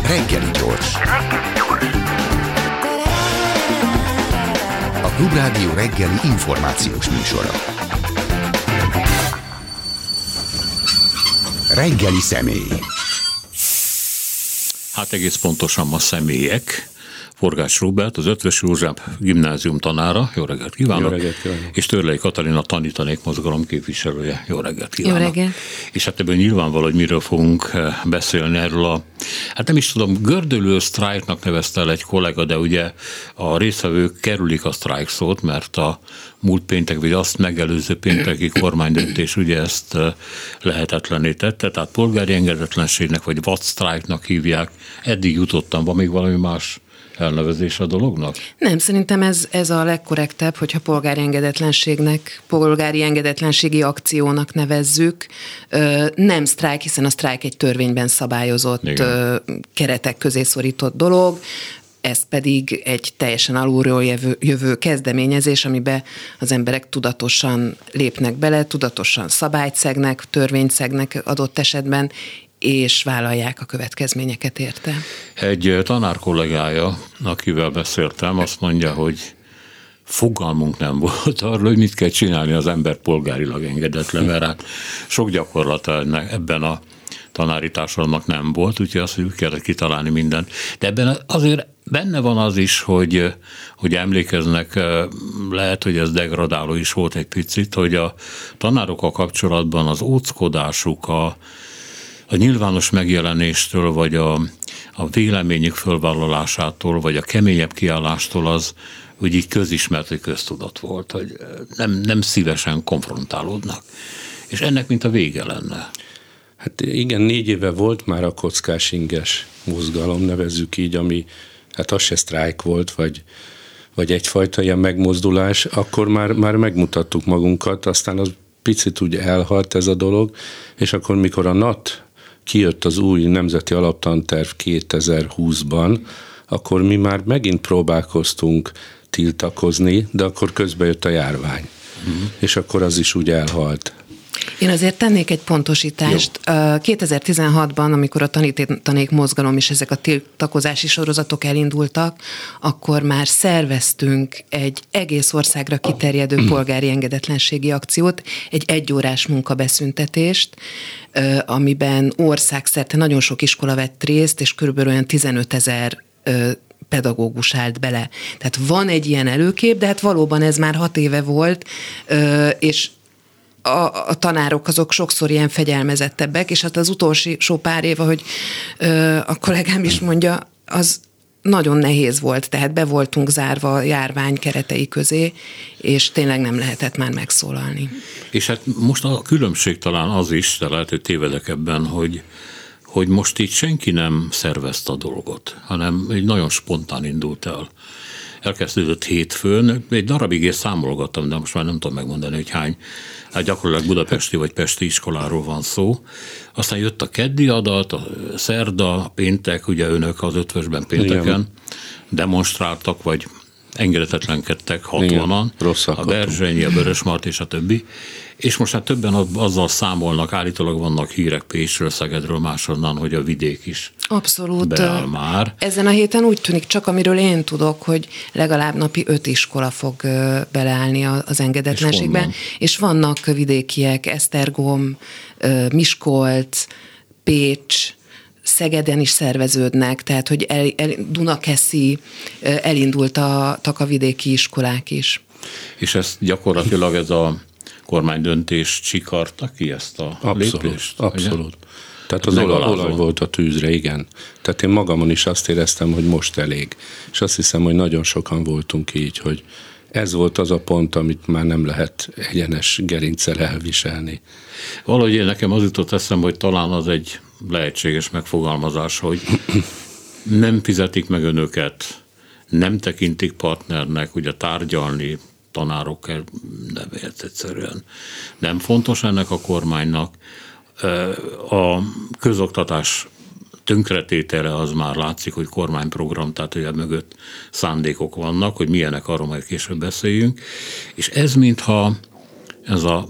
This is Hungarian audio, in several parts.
Reggeli gyors. A Klubrádió reggeli információs műsora. Reggeli személy. Hát egész pontosan ma személyek. Forgács Róbert, az Eötvös József Gimnázium tanára, jó reggelt kívánok! Jó reggelt kívánok! És Törlei Katalin, a Tanítanék Mozgalom képviselője, jó reggelt kívánok! Jó reggelt! És hát ebből nyilvánvaló, hogy miről fogunk beszélni erről hát nem is tudom, gördülő sztrájknak nevezte el egy kollega, de ugye a résztvevők kerülik a sztrájk szót, mert a múlt péntek, vagy azt megelőző pénteki kormánydöntés ugye ezt lehetetlenné tette, tehát polgári engedetlenségnek, vagy vadsztrájknak hívják. Eddig jutottam, van még valami más elnevezés a dolognak? Nem, szerintem ez a legkorrektebb, hogyha polgári engedetlenségi akciónak nevezzük. Nem sztrájk, hiszen a sztrájk egy törvényben szabályozott keretek közé szorított dolog, ez pedig egy teljesen alulról jövő kezdeményezés, amiben az emberek tudatosan lépnek bele, tudatosan szabályt szegnek, törvényt szegnek adott esetben, és vállalják a következményeket érte. Egy tanár kollégája, akivel beszéltem, azt mondja, hogy fogalmunk nem volt arról, hogy mit kell csinálni az ember polgárilag engedetlen, mert hát sok gyakorlata ebben a tanári társadalomnak nem volt, úgyhogy azt, hogy kellett kitalálni mindent. De ebben azért benne van az is, hogy emlékeznek, lehet, hogy ez degradáló is volt egy picit, hogy a tanárokkal kapcsolatban az óckodásuk, a nyilvános megjelenéstől, vagy a véleményük fölvállalásától, vagy a keményebb kiállástól az úgy így közismert, hogy köztudat volt, hogy nem szívesen konfrontálódnak. És ennek mint a vége lenne. Hát igen, 4 éve volt már a kockás inges mozgalom, nevezzük így, ami hát az se sztrájk volt, vagy egyfajta ilyen megmozdulás, akkor már megmutattuk magunkat, aztán az picit úgy elhalt ez a dolog, és akkor mikor a NAT kijött az új Nemzeti Alaptanterv 2020-ban, akkor mi már megint próbálkoztunk tiltakozni, de akkor közben jött a járvány. És akkor az is úgy elhalt. Én azért tennék egy pontosítást. Jó. 2016-ban, amikor a Tanítanék Mozgalom és ezek a tiltakozási sorozatok elindultak, akkor már szerveztünk egy egész országra kiterjedő polgári engedetlenségi akciót, egy 1 órás munkabeszüntetést, amiben országszerte nagyon sok iskola vett részt, és körülbelül olyan 15 000 pedagógus állt bele. Tehát van egy ilyen előkép, de hát valóban ez már 6 éve volt, és a tanárok azok sokszor ilyen fegyelmezettebbek, és hát az utolsó pár év, ahogy a kollégám is mondja, az nagyon nehéz volt, tehát be voltunk zárva a járvány keretei közé, és tényleg nem lehetett már megszólalni. És hát most a különbség talán az is, de lehet, hogy tévedek ebben, hogy most így senki nem szervezte a dolgot, hanem egy nagyon spontán indult el. Elkezdődött hétfőn, egy darabig én számolgattam, de most már nem tudom megmondani, hogy hány, hát gyakorlatilag budapesti vagy pesti iskoláról van szó. Aztán jött a keddi adat, a szerda, a péntek, ugye önök az Eötvösben pénteken demonstráltak, vagy engedhetetlenkedtek 60-an, a Berzsenyi, a Vörösmarty és a többi. És most már többen azzal számolnak, állítólag vannak hírek Pécsről, Szegedről, máshonnan, hogy a vidék is abszolút beáll már. Ezen a héten úgy tűnik, csak amiről én tudok, hogy legalább napi 5 iskola fog beleállni az engedetlenségben. És vannak vidékiek, Esztergom, Miskolc, Pécs, Szegeden is szerveződnek, tehát hogy Dunakeszi, elindultak a vidéki iskolák is. És ezt gyakorlatilag ez a kormánydöntés csikarta ki ezt a lépést? Abszolút. Ugye? Tehát az olaj volt a tűzre, igen. Tehát én magamon is azt éreztem, hogy most elég. És azt hiszem, hogy nagyon sokan voltunk így, hogy ez volt az a pont, amit már nem lehet egyenes gerinccel elviselni. Valahogy nekem az jutott eszembe, hogy talán az egy lehetséges megfogalmazás, hogy nem fizetik meg önöket, nem tekintik partnernek, ugye tárgyalni tanárok nem ért egyszerűen. Nem fontos ennek a kormánynak. A közoktatás tönkretétele az már látszik, hogy kormányprogram, tehát ugye mögött szándékok vannak, hogy milyenek, arról majd később beszéljünk. És ez mintha ez a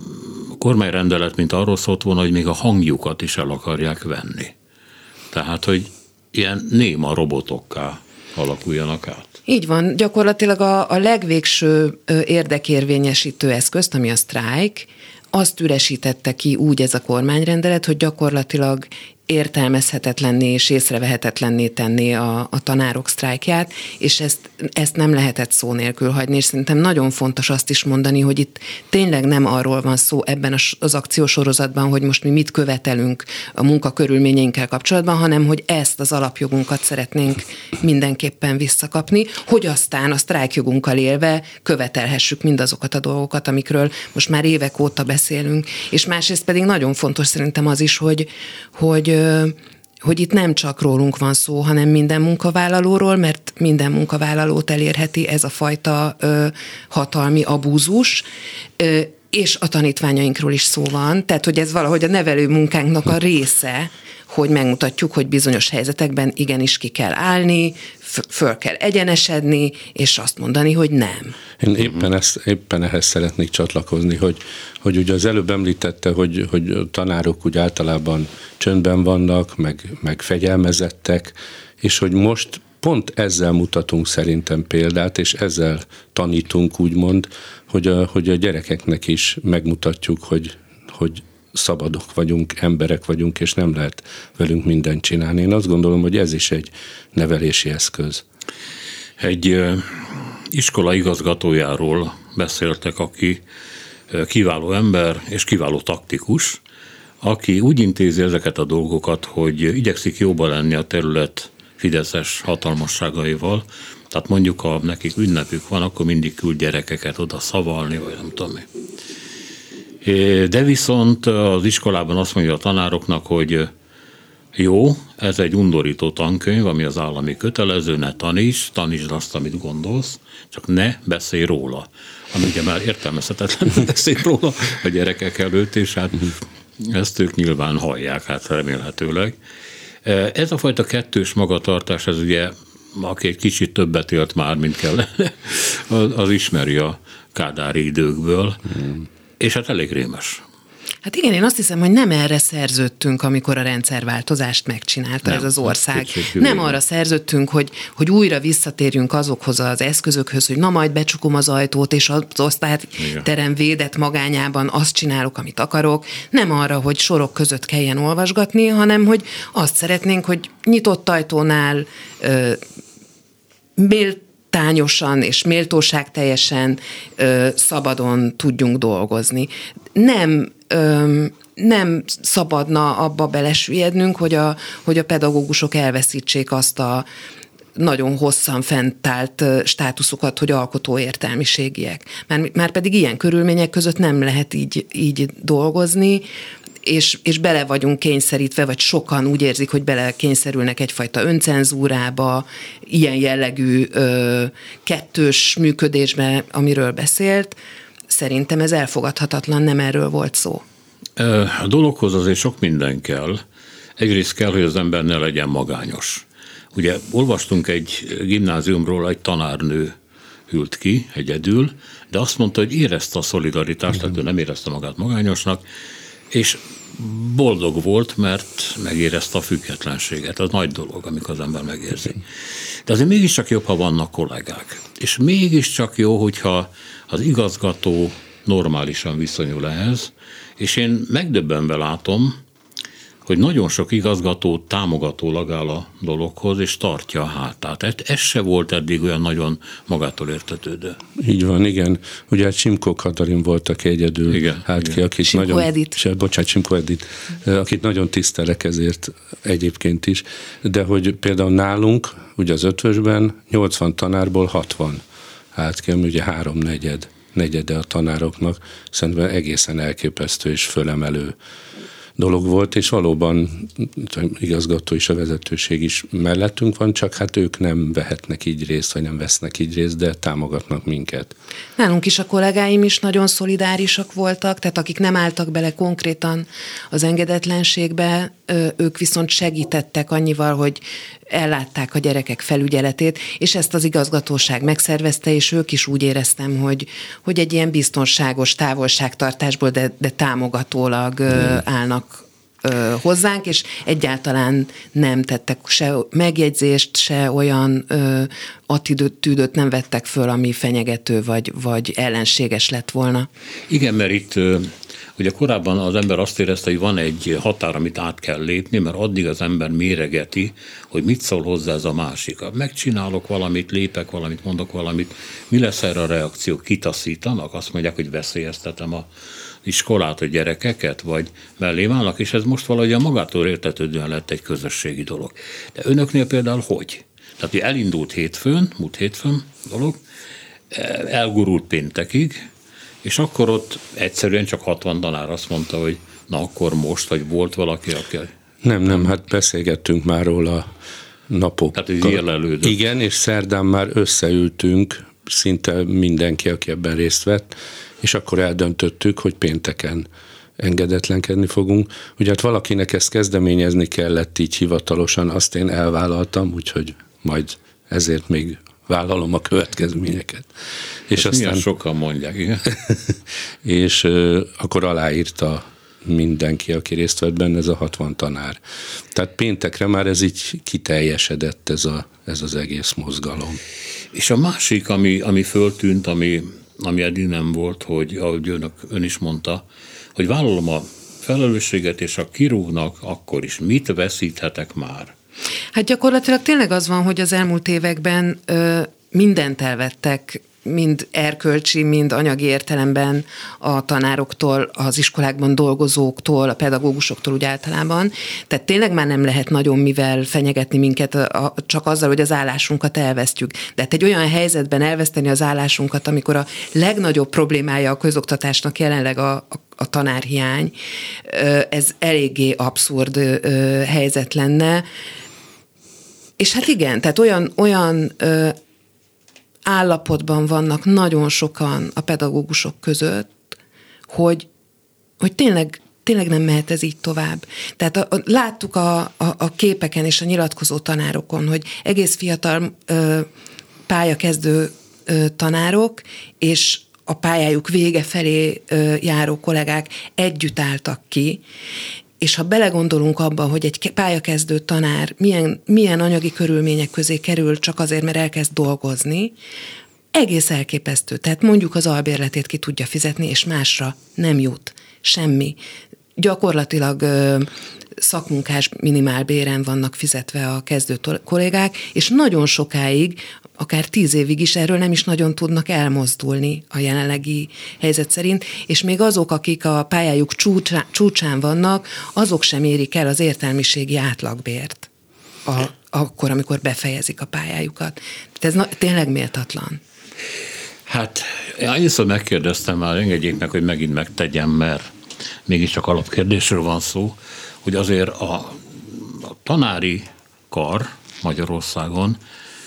kormányrendelet, mint arról szólt volna, hogy még a hangjukat is el akarják venni. Tehát, hogy ilyen néma robotokká alakuljanak át. Így van, gyakorlatilag a legvégső érdekérvényesítő eszközt, ami a sztrájk, azt üresítette ki úgy ez a kormányrendelet, hogy gyakorlatilag értelmezhetetlenné és észrevehetetlenné tenni a tanárok sztrájkját, és ezt nem lehetett szó nélkül hagyni, és szerintem nagyon fontos azt is mondani, hogy itt tényleg nem arról van szó ebben az akciósorozatban, hogy most mi mit követelünk a munkakörülményeinkkel kapcsolatban, hanem hogy ezt az alapjogunkat szeretnénk mindenképpen visszakapni, hogy aztán a sztrájkjogunkkal élve követelhessük mindazokat a dolgokat, amikről most már évek óta beszélünk, és másrészt pedig nagyon fontos szerintem az is, hogy itt nem csak rólunk van szó, hanem minden munkavállalóról, mert minden munkavállalót elérheti ez a fajta hatalmi abúzus, és a tanítványainkról is szó van, tehát hogy ez valahogy a nevelő munkánknak a része, hogy megmutatjuk, hogy bizonyos helyzetekben igenis ki kell állni, föl kell egyenesedni, és azt mondani, hogy nem. Én éppen ehhez szeretnék csatlakozni, hogy ugye az előbb említette, hogy tanárok úgy általában csöndben vannak, meg fegyelmezettek, és hogy most pont ezzel mutatunk szerintem példát, és ezzel tanítunk úgymond, hogy a gyerekeknek is megmutatjuk, hogy szabadok vagyunk, emberek vagyunk, és nem lehet velünk mindent csinálni. Én azt gondolom, hogy ez is egy nevelési eszköz. Egy iskola igazgatójáról beszéltek, aki kiváló ember és kiváló taktikus, aki úgy intézi ezeket a dolgokat, hogy igyekszik jóba lenni a terület fideszes hatalmasságaival, tehát mondjuk, ha nekik ünnepük van, akkor mindig küld gyerekeket oda szavalni, vagy nem tudom mi. De viszont az iskolában azt mondja a tanároknak, hogy jó, ez egy undorító tankönyv, ami az állami kötelező, ne tanítsd azt, amit gondolsz, csak ne beszélj róla. Ami ugye már értelmezhetetlen, beszélj róla a gyerekek előtt, és hát ezt ők nyilván hallják, hát remélhetőleg. Ez a fajta kettős magatartás, ez ugye, aki egy kicsit többet élt már, mint kellene, az ismeri a kádári időkből, és hát elég rémes. Hát igen, én azt hiszem, hogy nem erre szerződtünk, amikor a rendszerváltozást megcsinálta ez az ország. Nem arra szerződtünk, hogy újra visszatérjünk azokhoz az eszközökhöz, hogy na majd becsukom az ajtót, és az osztályterem védett magányában azt csinálok, amit akarok. Nem arra, hogy sorok között kelljen olvasgatni, hanem hogy azt szeretnénk, hogy nyitott ajtónál méltányosan és méltóságteljesen szabadon tudjunk dolgozni. Nem szabadna abba belesüllyednünk, hogy a pedagógusok elveszítsék azt a nagyon hosszan fenntált státuszukat, hogy alkotó értelmiségiek. Már pedig ilyen körülmények között nem lehet így dolgozni, és bele vagyunk kényszerítve, vagy sokan úgy érzik, hogy bele kényszerülnek egyfajta öncenzúrába, ilyen jellegű kettős működésbe, amiről beszélt. Szerintem ez elfogadhatatlan, nem erről volt szó. A dologhoz azért sok minden kell. Egyrészt kell, hogy az ember ne legyen magányos. Ugye olvastunk egy gimnáziumról, egy tanárnő ült ki egyedül, de azt mondta, hogy érezte a szolidaritást, tehát ő nem érezte magát magányosnak, és boldog volt, mert megérezte a függetlenséget. Ez nagy dolog, amikor az ember megérzi. De azért mégiscsak jobb, ha vannak kollégák. És mégiscsak jó, hogyha az igazgató normálisan viszonyul ehhez, és én megdöbbenve látom, hogy nagyon sok igazgató támogatólag áll a dologhoz, és tartja a hátát. Ez se volt eddig olyan nagyon magától értetődő. Így van, igen. Ugye Csimko Katalin volt, aki egyedül állt ki, akit Csimko Edit. Csimko Edit, akit nagyon tisztelek ezért egyébként is, de hogy például nálunk, ugye az ötvösben 80 tanárból 60 állt ki, ami ugye 3/4 a tanároknak, szerintem egészen elképesztő és fölemelő dolog volt, és valóban igazgató és a vezetőség is mellettünk van, csak hát ők nem vehetnek így részt, vagy nem vesznek így részt, de támogatnak minket. Nálunk is a kollégáim is nagyon szolidárisak voltak, tehát akik nem álltak bele konkrétan az engedetlenségbe, ők viszont segítettek annyival, hogy ellátták a gyerekek felügyeletét, és ezt az igazgatóság megszervezte, és ők is úgy éreztem, hogy egy ilyen biztonságos távolságtartásból, de támogatólag hozzánk, és egyáltalán nem tettek se megjegyzést, se olyan attitűdöt nem vettek föl, ami fenyegető vagy ellenséges lett volna. Igen, mert itt ugye korábban az ember azt érezte, hogy van egy határ, amit át kell lépni, mert addig az ember méregeti, hogy mit szól hozzá ez a másik. Megcsinálok valamit, lépek valamit, mondok valamit, mi lesz erre a reakció? Kitaszítanak? Azt mondják, hogy veszélyeztetem a iskolát, a gyerekeket, vagy mellém állnak, és ez most valahogy a magától értetődően lett egy közösségi dolog. De önöknél például hogy? Tehát, hogy elindult múlt hétfőn dolog, elgurult péntekig, és akkor ott egyszerűen csak 60 tanár azt mondta, hogy na akkor most, vagy volt valaki, aki... Nem, hát beszélgettünk már róla napokkal. Tehát ez érlelődött. Igen, és szerdán már összeültünk, szinte mindenki, aki ebben részt vett, és akkor eldöntöttük, hogy pénteken engedetlenkedni fogunk. Ugye hát valakinek ezt kezdeményezni kellett így hivatalosan, azt én elvállaltam, úgyhogy majd ezért még vállalom a következményeket. És aztán milyen sokan mondják, igen. És akkor aláírta mindenki, aki részt vett benne, ez a 60 tanár. Tehát péntekre már ez így kiteljesedett, ez az egész mozgalom. És a másik, ami föltűnt, ami eddig nem volt, hogy ahogy ön is mondta, hogy vállalom a felelősséget, és ha kirúgnak, akkor is mit veszíthetek már? Hát gyakorlatilag tényleg az van, hogy az elmúlt években mindent elvettek, mind erkölcsi, mind anyagi értelemben a tanároktól, az iskolákban dolgozóktól, a pedagógusoktól úgy általában. Tehát tényleg már nem lehet nagyon mivel fenyegetni minket, csak azzal, hogy az állásunkat elvesztjük. De hát egy olyan helyzetben elveszteni az állásunkat, amikor a legnagyobb problémája a közoktatásnak jelenleg a tanárhiány, ez eléggé abszurd helyzet lenne. És hát igen, tehát olyan állapotban vannak nagyon sokan a pedagógusok között, hogy tényleg nem mehet ez így tovább. Tehát láttuk a képeken és a nyilatkozó tanárokon, hogy egész fiatal pályakezdő tanárok és a pályájuk vége felé járó kollégák együtt álltak ki, és ha belegondolunk abba, hogy egy pályakezdő tanár milyen anyagi körülmények közé kerül csak azért, mert elkezd dolgozni, egész elképesztő. Tehát mondjuk az albérletét ki tudja fizetni, és másra nem jut semmi. Gyakorlatilag szakmunkás minimálbéren vannak fizetve a kezdő kollégák, és nagyon sokáig, akár 10 évig is erről nem is nagyon tudnak elmozdulni a jelenlegi helyzet szerint, és még azok, akik a pályájuk csúcsán vannak, azok sem érik el az értelmiségi átlagbért akkor, amikor befejezik a pályájukat. Tehát ez tényleg méltatlan. Hát, annyiszor megkérdeztem már, engedjék meg, hogy megint megtegyem, mert mégiscsak alapkérdésről van szó, hogy azért a tanári kar Magyarországon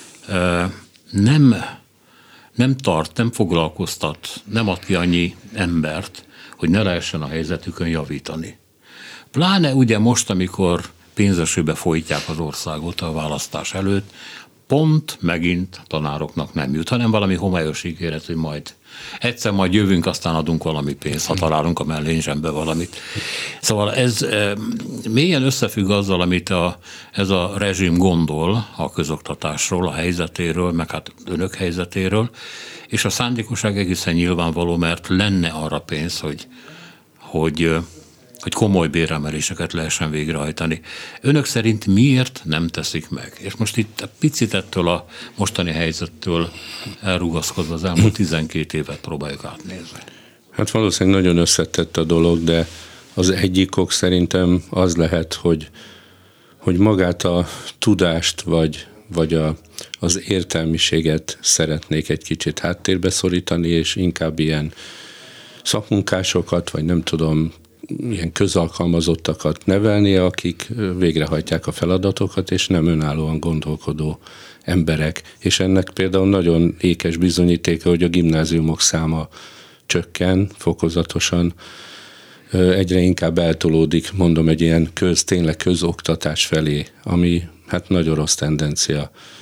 nem foglalkoztat, nem ad ki annyi embert, hogy ne lehessen a helyzetükön javítani. Pláne ugye most, amikor pénzesőbe folytják az országot a választás előtt, pont megint tanároknak nem jut, hanem valami homályos ígéret, hogy egyszer majd jövünk, aztán adunk valami pénzt, ha találunk a mellény zsembe valamit. Szóval ez mélyen összefügg azzal, amit ez a rezsim gondol a közoktatásról, a helyzetéről, meg hát önök helyzetéről, és a szándékosság egészen nyilvánvaló, mert lenne arra pénz, hogy komoly béremeléseket lehessen végrehajtani. Önök szerint miért nem teszik meg? És most itt picit ettől a mostani helyzettől elrugaszkodva az elmúlt 12 évet próbáljuk átnézni. Hát valószínűleg nagyon összetett a dolog, de az egyik ok szerintem az lehet, hogy magát a tudást vagy az értelmiséget szeretnék egy kicsit háttérbe szorítani, és inkább ilyen szakmunkásokat, vagy nem tudom, ilyen közalkalmazottakat nevelni, akik végrehajtják a feladatokat, és nem önállóan gondolkodó emberek. És ennek például nagyon ékes bizonyítéka, hogy a gimnáziumok száma csökken fokozatosan, egyre inkább eltolódik, mondom, egy ilyen tényleg közoktatás felé, ami hát nagyon rossz tendencia.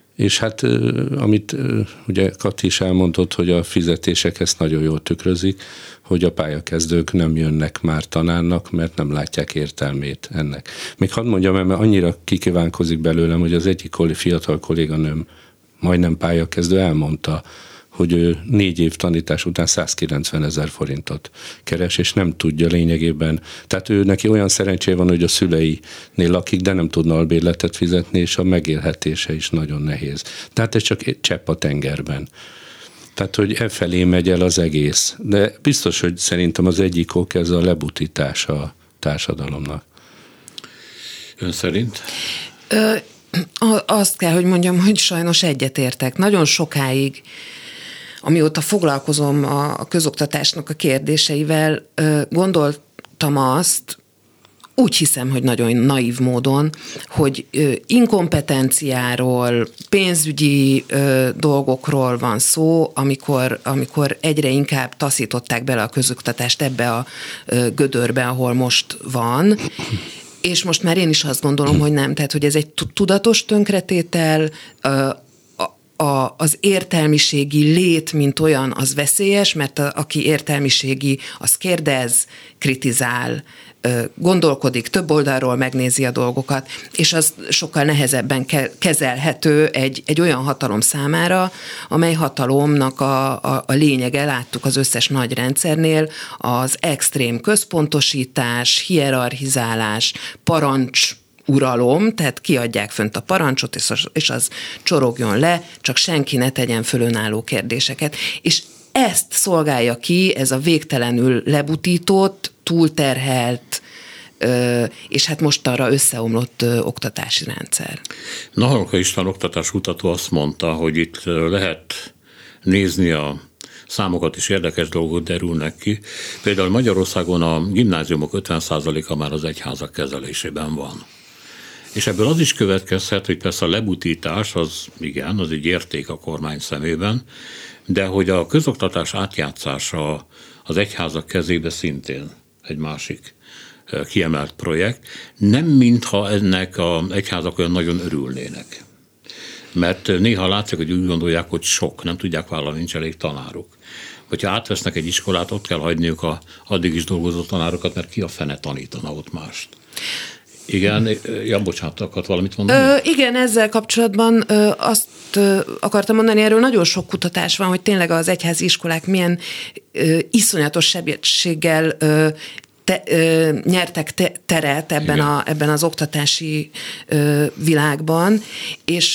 És hát amit ugye Kati is elmondott, hogy a fizetések ezt nagyon jól tükrözik, hogy a pályakezdők nem jönnek már tanárnak, mert nem látják értelmét ennek. Még hadd mondjam el, mert annyira kikívánkozik belőlem, hogy az egyik fiatal kolléganőm, majdnem pályakezdő, elmondta, hogy ő 4 év tanítás után 190 000 forintot keres, és nem tudja lényegében. Tehát ő neki olyan szerencséje van, hogy a szüleinél lakik, de nem tudna albérletet fizetni, és a megélhetése is nagyon nehéz. Tehát ez csak egy csepp a tengerben. Tehát, hogy efelé megy el az egész. De biztos, hogy szerintem az egyik ok ez a lebutítás a társadalomnak. Ön szerint? Azt kell, hogy mondjam, hogy sajnos egyetértek. Nagyon sokáig, amióta foglalkozom a közoktatásnak a kérdéseivel, gondoltam azt, úgy hiszem, hogy nagyon naív módon, hogy inkompetenciáról, pénzügyi dolgokról van szó, amikor egyre inkább taszították bele a közoktatást ebbe a gödörbe, ahol most van. És most már én is azt gondolom, hogy nem. Tehát, hogy ez egy tudatos tönkretétel, az értelmiségi lét, mint olyan, az veszélyes, mert aki értelmiségi, az kérdez, kritizál, gondolkodik, több oldalról megnézi a dolgokat, és az sokkal nehezebben kezelhető egy olyan hatalom számára, amely hatalomnak a lényege, láttuk az összes nagy rendszernél, az extrém központosítás, hierarchizálás, parancs, uralom, tehát kiadják fönt a parancsot, és az csorogjon le, csak senki ne tegyen föl önálló kérdéseket. És ezt szolgálja ki ez a végtelenül lebutított, túlterhelt, és hát mostanra összeomlott oktatási rendszer. Nahalka István oktatáskutató azt mondta, hogy itt lehet nézni a számokat, is érdekes dolgok derülnek ki. Például Magyarországon a gimnáziumok 50%-a már az egyházak kezelésében van. És ebből az is következhet, hogy persze a lebutítás az igen, az egy érték a kormány szemében, de hogy a közoktatás átjátszása az egyházak kezébe szintén egy másik kiemelt projekt, nem mintha ennek az egyházak olyan nagyon örülnének. Mert néha látszik, hogy úgy gondolják, hogy sok, nem tudják vállalni, nincs elég tanáruk. Hogyha átvesznek egy iskolát, ott kell hagyniuk a addig is dolgozó tanárokat, mert ki a fene tanítana ott mást. Igen, bocsánat, akart valamit mondani? Igen, ezzel kapcsolatban azt akartam mondani, erről nagyon sok kutatás van, hogy tényleg az egyházi iskolák milyen iszonyatos sebességgel nyertek teret ebben az oktatási világban, és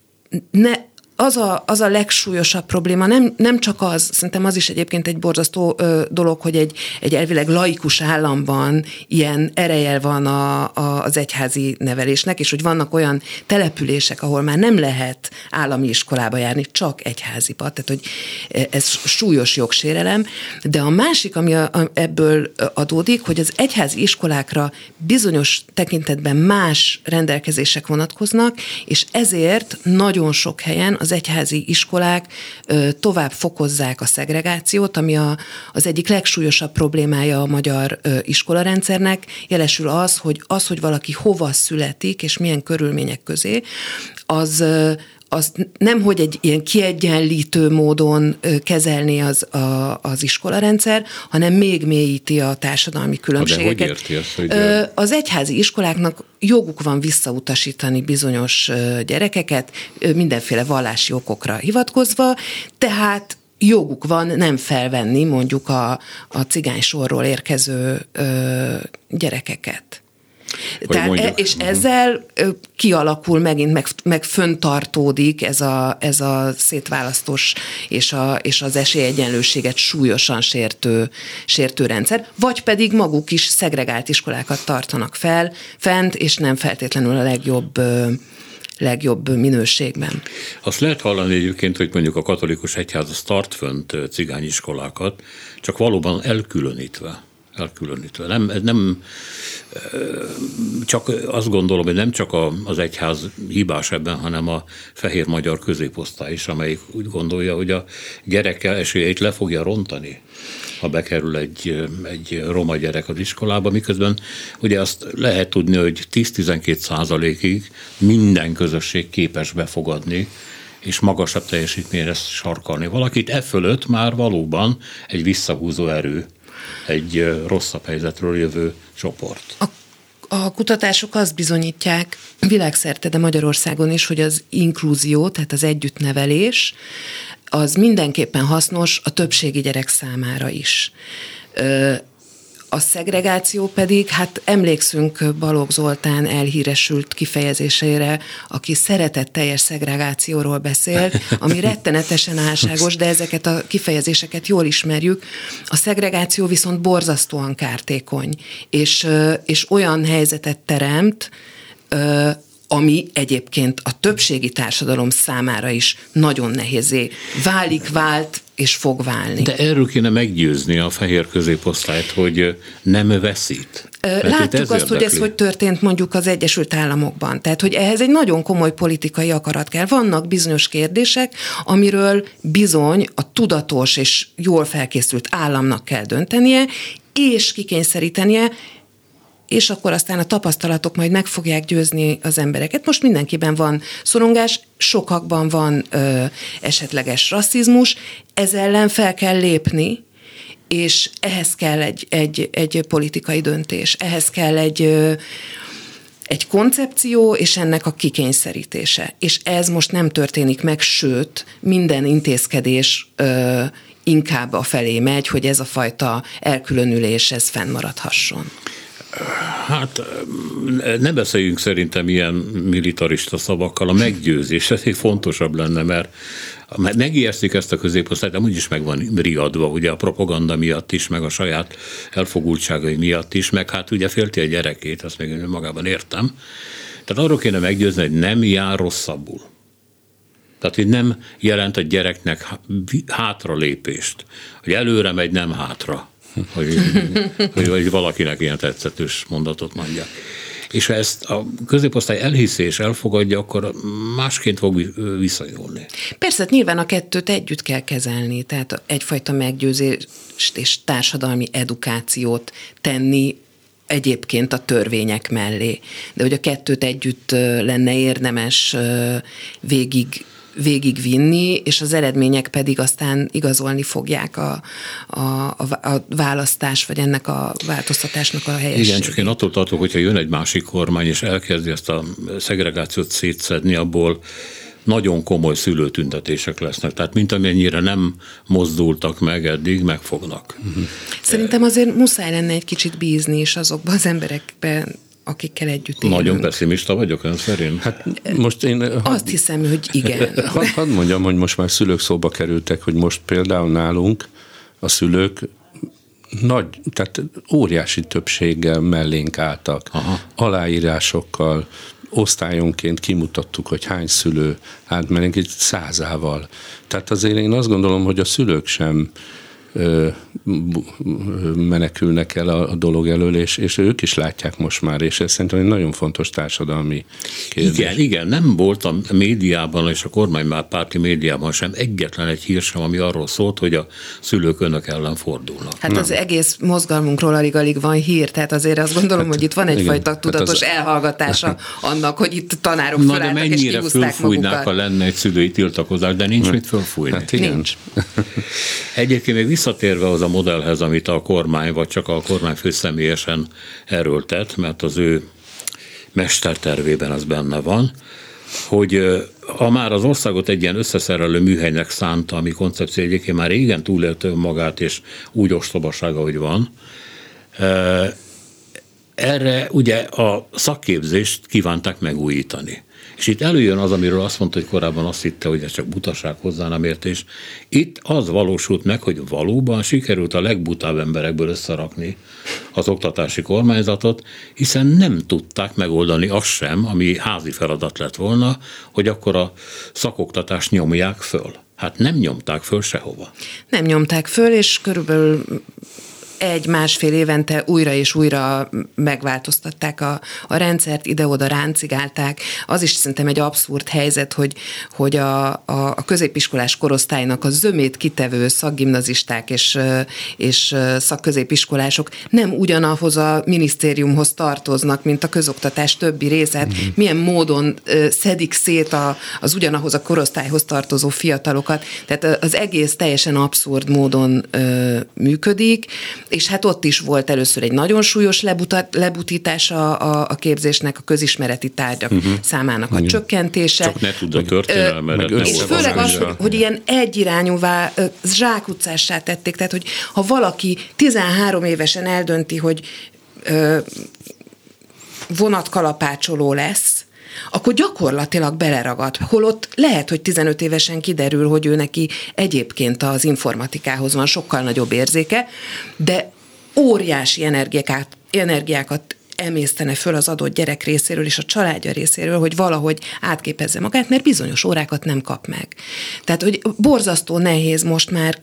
az a legsúlyosabb probléma, nem csak az, szerintem az is egyébként egy borzasztó dolog, hogy egy elvileg laikus államban ilyen ereje van az egyházi nevelésnek, és hogy vannak olyan települések, ahol már nem lehet állami iskolába járni, csak egyháziba, tehát hogy ez súlyos jogsérelem, de a másik, ami ebből adódik, hogy az egyházi iskolákra bizonyos tekintetben más rendelkezések vonatkoznak, és ezért nagyon sok helyen az egyházi iskolák tovább fokozzák a szegregációt, ami az egyik legsúlyosabb problémája a magyar iskolarendszernek. Jelesül az, hogy valaki hova születik, és milyen körülmények közé, az nemhogy egy ilyen kiegyenlítő módon kezelni az iskolarendszer, hanem még mélyíti a társadalmi különbségeket. De hogy érti ezt, hogy... Az egyházi iskoláknak joguk van visszautasítani bizonyos gyerekeket, mindenféle vallási okokra hivatkozva, tehát joguk van nem felvenni mondjuk a cigány sorról érkező gyerekeket. És ezzel kialakul megint, meg föntartódik ez a szétválasztós és az esélyegyenlőséget súlyosan sértő rendszer, vagy pedig maguk is szegregált iskolákat tartanak fent, és nem feltétlenül a legjobb minőségben. Azt lehet hallani egyébként, hogy mondjuk a katolikus egyház az tart fönt cigányiskolákat, csak valóban elkülönítve. Nem csak azt gondolom, hogy nem csak az egyház hibás ebben, hanem a fehér magyar középosztály is, amelyik úgy gondolja, hogy a gyerekkel esélyeit le fogja rontani, ha bekerül egy roma gyerek az iskolába, miközben ugye azt lehet tudni, hogy 10-12%-ig minden közösség képes befogadni és magasabb teljesítményre sarkalni valakit. E fölött már valóban egy visszahúzó erő, egy rosszabb helyzetről jövő csoport. A kutatások azt bizonyítják világszerte, de Magyarországon is, hogy az inklúzió, tehát az együttnevelés, az mindenképpen hasznos a többségi gyerek számára is. A szegregáció pedig, hát emlékszünk Balogh Zoltán elhíresült kifejezésére, aki szeretetteljes szegregációról beszélt, ami rettenetesen álságos, de ezeket a kifejezéseket jól ismerjük. A szegregáció viszont borzasztóan kártékony, és olyan helyzetet teremt, ami egyébként a többségi társadalom számára is nagyon nehézé vált és fog válni. De erről kéne meggyőzni a fehér középosztályt, hogy nem veszít. Láttuk azt, hogy ez hogy történt mondjuk az Egyesült Államokban. Tehát, hogy ehhez egy nagyon komoly politikai akarat kell. Vannak bizonyos kérdések, amiről bizony a tudatos és jól felkészült államnak kell döntenie, és kikényszerítenie, és akkor aztán a tapasztalatok majd meg fogják győzni az embereket. Most mindenkiben van szorongás, sokakban van esetleges rasszizmus, ez ellen fel kell lépni, és ehhez kell egy politikai döntés, ehhez kell egy koncepció, és ennek a kikényszerítése. És ez most nem történik meg, sőt, minden intézkedés inkább afelé megy, hogy ez a fajta elkülönülés, ez fennmaradhasson. Hát ne beszéljünk szerintem ilyen militarista szavakkal, a meggyőzés, ez egy fontosabb lenne, mert megijesztik ezt a középosztályt, de úgyis meg van riadva, ugye a propaganda miatt is, meg a saját elfogultságai miatt is, meg hát ugye félti a gyerekét, azt még magában értem. Tehát arról kéne meggyőzni, hogy nem jár rosszabbul. Tehát, hogy nem jelent a gyereknek hátralépést, hogy előre megy, nem hátra. Hogy valakinek ilyen tetszetős mondatot mondja. És ha ezt a középosztály elhiszi és elfogadja, akkor másként fog viszonyulni. Persze, nyilván a kettőt együtt kell kezelni, tehát egyfajta meggyőzést és társadalmi edukációt tenni egyébként a törvények mellé. De hogy a kettőt együtt lenne érdemes végigvinni, és az eredmények pedig aztán igazolni fogják a választás, vagy ennek a változtatásnak a helyességét. Igen, csak én attól tartok, hogyha jön egy másik kormány, és elkezdi ezt a szegregációt szétszedni, abból nagyon komoly szülőtüntetések lesznek. Tehát mint amennyire nem mozdultak meg eddig, megfognak. Szerintem azért muszáj lenne egy kicsit bízni is azokban az emberekben, akikkel együtt élünk. Nagyon pessimista vagyok ön szerint? Hát most én... Azt hiszem, hogy igen. Hadd mondjam, hogy most már szülők szóba kerültek, hogy most például nálunk a szülők tehát óriási többséggel mellénk álltak. Aha. Aláírásokkal, osztályonként kimutattuk, hogy hány szülő állt mellénk, egy 100-ával. Tehát azért én azt gondolom, hogy a szülők sem menekülnek el a dolog elől, és ők is látják most már, és ez szerintem egy nagyon fontos társadalmi kérdés. Igen, nem volt a médiában és a kormánypárti médiában sem egyetlen egy hír sem, ami arról szólt, hogy a szülők önök ellen fordulnak. Hát nem. Az egész mozgalmunkról alig van hír, tehát azért azt gondolom, hogy itt van egyfajta tudatos elhallgatása annak, hogy itt tanárok felálltak és kihúzták magukat. Mennyire fölfújnák, ha lenne egy szülői tiltakozás, de nincs mit fölfújni. Hát igen. Nincs. Egyébként még visszatérve az a modellhez, amit a kormány, vagy csak a kormányfő személyesen erőltet, mert az ő mestertervében az benne van, hogy ha már az országot egy ilyen összeszerelő műhelynek szánta, ami koncepció egyébként már régen túlélte magát, és úgy ostobasága, hogy van, erre ugye a szakképzést kívánták megújítani. És itt előjön az, amiről azt mondta, hogy korábban azt hitte, hogy ez csak butaság, hozzá nem értés. Itt az valósult meg, hogy valóban sikerült a legbutább emberekből összerakni az oktatási kormányzatot, hiszen nem tudták megoldani azt sem, ami házi feladat lett volna, hogy akkor a szakoktatást nyomják föl. Hát nem nyomták föl sehova. Nem nyomták föl, és körülbelül 1-1,5 évente újra és újra megváltoztatták a rendszert, ide-oda ráncigálták. Az is szerintem egy abszurd helyzet, hogy a középiskolás korosztálynak a zömét kitevő szakgimnazisták és szakközépiskolások nem ugyanahoz a minisztériumhoz tartoznak, mint a közoktatás többi része. Milyen módon szedik szét az ugyanahoz a korosztályhoz tartozó fiatalokat. Tehát az egész teljesen abszurd módon működik, és hát ott is volt először egy nagyon súlyos lebutítása a képzésnek, a közismereti tárgyak számának a csökkentése. Csak ne tud a történelmet. És főleg az, hogy ilyen egyirányúvá, zsákutcássá tették, tehát hogy ha valaki 13 évesen eldönti, hogy vonatkalapácsoló lesz, akkor gyakorlatilag beleragad. Holott lehet, hogy 15 évesen kiderül, hogy ő neki egyébként az informatikához van sokkal nagyobb érzéke, de óriási energiákat emésztene föl az adott gyerek részéről és a családja részéről, hogy valahogy átképezze magát, mert bizonyos órákat nem kap meg. Tehát, hogy borzasztó nehéz most már